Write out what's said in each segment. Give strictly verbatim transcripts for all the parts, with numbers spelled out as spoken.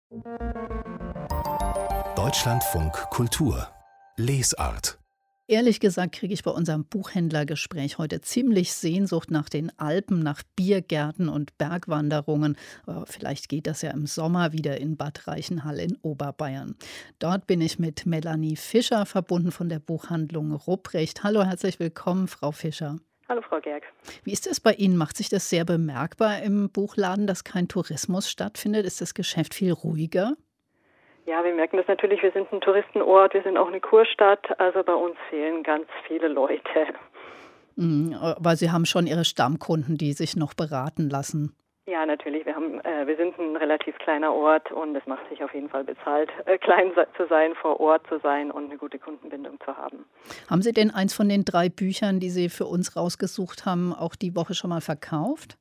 Deutschlandfunk Kultur Lesart. Ehrlich gesagt kriege ich bei unserem Buchhändlergespräch heute ziemlich Sehnsucht nach den Alpen, nach Biergärten und Bergwanderungen. Aber vielleicht geht das ja im Sommer wieder in Bad Reichenhall in Oberbayern. Dort bin ich mit Melanie Fischer verbunden von der Buchhandlung Rupprecht. Hallo, herzlich willkommen, Frau Fischer. Hallo, Frau Gerg. Wie ist es bei Ihnen? Macht sich das sehr bemerkbar im Buchladen, dass kein Tourismus stattfindet? Ist das Geschäft viel ruhiger? Ja, wir merken das natürlich. Wir sind ein Touristenort, wir sind auch eine Kurstadt. Also bei uns fehlen ganz viele Leute. Mhm, aber Sie haben schon Ihre Stammkunden, die sich noch beraten lassen. Ja, natürlich. Wir haben, äh, wir sind ein relativ kleiner Ort und es macht sich auf jeden Fall bezahlt, äh, klein zu sein, vor Ort zu sein und eine gute Kundenbindung zu haben. Haben Sie denn eins von den drei Büchern, die Sie für uns rausgesucht haben, auch die Woche schon mal verkauft?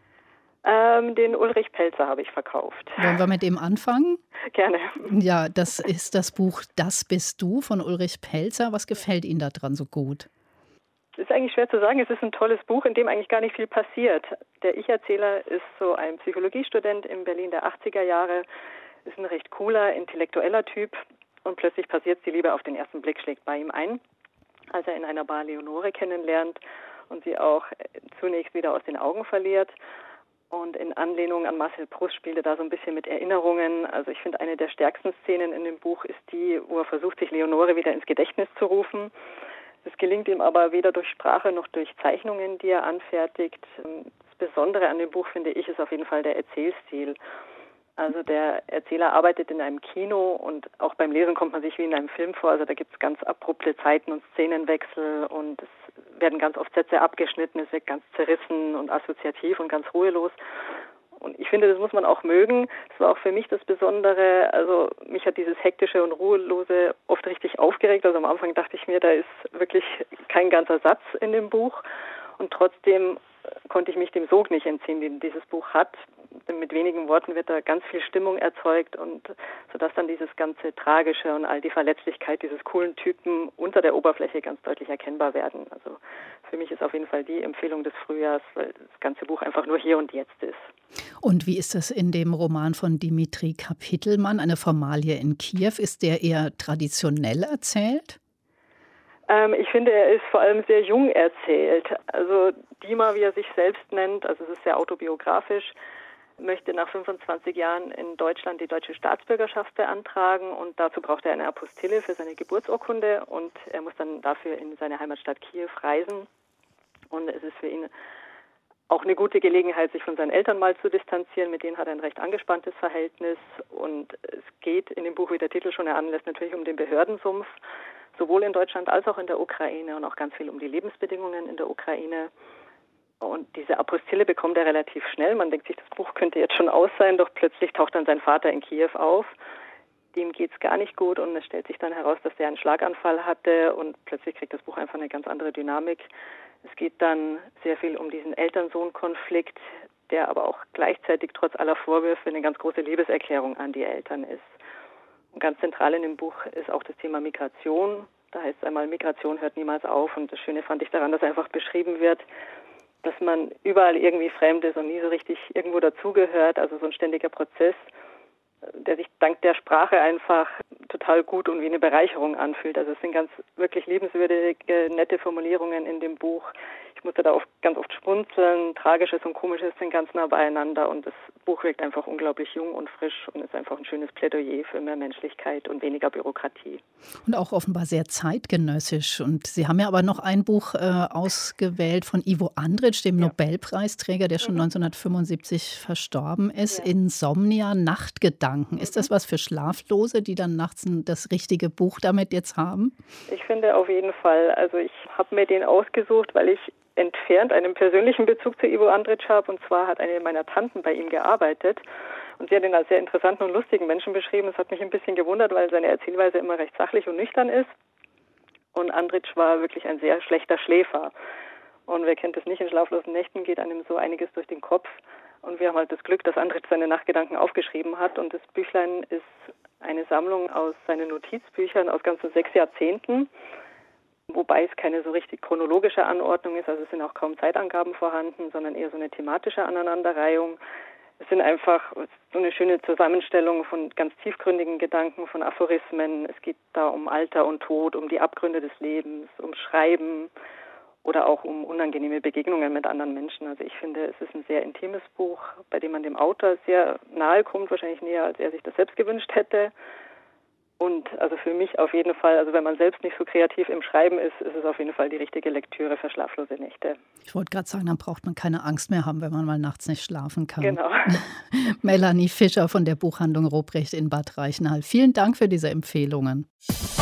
Ähm, den Ulrich Pelzer habe ich verkauft. Wollen wir mit dem anfangen? Gerne. Ja, das ist das Buch Das bist du von Ulrich Pelzer. Was gefällt Ihnen daran so gut? Es ist eigentlich schwer zu sagen. Es ist ein tolles Buch, in dem eigentlich gar nicht viel passiert. Der Ich-Erzähler ist so ein Psychologiestudent in Berlin der achtziger Jahre, ist ein recht cooler, intellektueller Typ und plötzlich passiert die Liebe auf den ersten Blick, schlägt bei ihm ein, als er in einer Bar Leonore kennenlernt und sie auch zunächst wieder aus den Augen verliert. Und in Anlehnung an Marcel Proust spielt er da so ein bisschen mit Erinnerungen. Also ich finde, eine der stärksten Szenen in dem Buch ist die, wo er versucht, sich Leonore wieder ins Gedächtnis zu rufen. Das gelingt ihm aber weder durch Sprache noch durch Zeichnungen, die er anfertigt. Das Besondere an dem Buch, finde ich, ist auf jeden Fall der Erzählstil. Also der Erzähler arbeitet in einem Kino und auch beim Lesen kommt man sich wie in einem Film vor. Also da gibt es ganz abrupte Zeiten und Szenenwechsel und es werden ganz oft Sätze abgeschnitten, es wird ganz zerrissen und assoziativ und ganz ruhelos. Und ich finde, das muss man auch mögen. Das war auch für mich das Besondere. Also mich hat dieses hektische und ruhelose oft richtig aufgeregt. Also am Anfang dachte ich mir, da ist wirklich kein ganzer Satz in dem Buch. Und trotzdem konnte ich mich dem Sog nicht entziehen, den dieses Buch hat. Mit wenigen Worten wird da ganz viel Stimmung erzeugt und sodass dann dieses ganze Tragische und all die Verletzlichkeit dieses coolen Typen unter der Oberfläche ganz deutlich erkennbar werden. Also für mich ist auf jeden Fall die Empfehlung des Frühjahrs, weil das ganze Buch einfach nur hier und jetzt ist. Und wie ist das in dem Roman von Dimitri Kapitelmann, Eine Formalie in Kiew? Ist der eher traditionell erzählt? Ähm, ich finde, er ist vor allem sehr jung erzählt. Also Dima, wie er sich selbst nennt, also es ist sehr autobiografisch, möchte nach fünfundzwanzig Jahren in Deutschland die deutsche Staatsbürgerschaft beantragen und dazu braucht er eine Apostille für seine Geburtsurkunde und er muss dann dafür in seine Heimatstadt Kiew reisen und es ist für ihn auch eine gute Gelegenheit, sich von seinen Eltern mal zu distanzieren. Mit denen hat er ein recht angespanntes Verhältnis und es geht in dem Buch, wie der Titel schon eranlässt, natürlich um den Behördensumpf, sowohl in Deutschland als auch in der Ukraine und auch ganz viel um die Lebensbedingungen in der Ukraine. Und diese Apostille bekommt er relativ schnell. Man denkt sich, das Buch könnte jetzt schon aus sein, doch plötzlich taucht dann sein Vater in Kiew auf. Dem geht's gar nicht gut und es stellt sich dann heraus, dass er einen Schlaganfall hatte und plötzlich kriegt das Buch einfach eine ganz andere Dynamik. Es geht dann sehr viel um diesen Eltern-Sohn-Konflikt, der aber auch gleichzeitig trotz aller Vorwürfe eine ganz große Liebeserklärung an die Eltern ist. Und ganz zentral in dem Buch ist auch das Thema Migration. Da heißt es einmal, Migration hört niemals auf und das Schöne fand ich daran, dass einfach beschrieben wird, dass man überall irgendwie fremd ist und nie so richtig irgendwo dazugehört. Also so ein ständiger Prozess, der sich dank der Sprache einfach total gut und wie eine Bereicherung anfühlt. Also es sind ganz wirklich liebenswürdige, nette Formulierungen in dem Buch. Ich musste da oft, ganz oft schmunzeln. Tragisches und Komisches sind ganz nah beieinander und das Buch wirkt einfach unglaublich jung und frisch und ist einfach ein schönes Plädoyer für mehr Menschlichkeit und weniger Bürokratie. Und auch offenbar sehr zeitgenössisch. Und Sie haben ja aber noch ein Buch äh, ausgewählt von Ivo Andrić, dem ja. Nobelpreisträger, der schon mhm. neunzehnhundertfünfundsiebzig verstorben ist. Ja. Insomnia, Nachtgedanken. Mhm. Ist das was für Schlaflose, die dann nachts das richtige Buch damit jetzt haben? Ich finde auf jeden Fall. Also ich habe mir den ausgesucht, weil ich entfernt einen persönlichen Bezug zu Ivo Andrić habe. Und zwar hat eine meiner Tanten bei ihm gearbeitet. Und sie hat ihn als sehr interessanten und lustigen Menschen beschrieben. Das hat mich ein bisschen gewundert, weil seine Erzählweise immer recht sachlich und nüchtern ist. Und Andrić war wirklich ein sehr schlechter Schläfer. Und wer kennt es nicht, in schlaflosen Nächten geht einem so einiges durch den Kopf. Und wir haben halt das Glück, dass Andrić seine Nachtgedanken aufgeschrieben hat. Und das Büchlein ist eine Sammlung aus seinen Notizbüchern aus ganzen sechs Jahrzehnten. Wobei es keine so richtig chronologische Anordnung ist, also es sind auch kaum Zeitangaben vorhanden, sondern eher so eine thematische Aneinanderreihung. es sind einfach so eine schöne Zusammenstellung von ganz tiefgründigen Gedanken, von Aphorismen. Es geht da um Alter und Tod, um die Abgründe des Lebens, um Schreiben oder auch um unangenehme Begegnungen mit anderen Menschen. Also ich finde, es ist ein sehr intimes Buch, bei dem man dem Autor sehr nahe kommt, wahrscheinlich näher, als er sich das selbst gewünscht hätte. Und also für mich auf jeden Fall, also wenn man selbst nicht so kreativ im Schreiben ist, ist es auf jeden Fall die richtige Lektüre für schlaflose Nächte. Ich wollte gerade sagen, dann braucht man keine Angst mehr haben, wenn man mal nachts nicht schlafen kann. Genau. Melanie Fischer von der Buchhandlung Robrecht in Bad Reichenhall. Vielen Dank für diese Empfehlungen.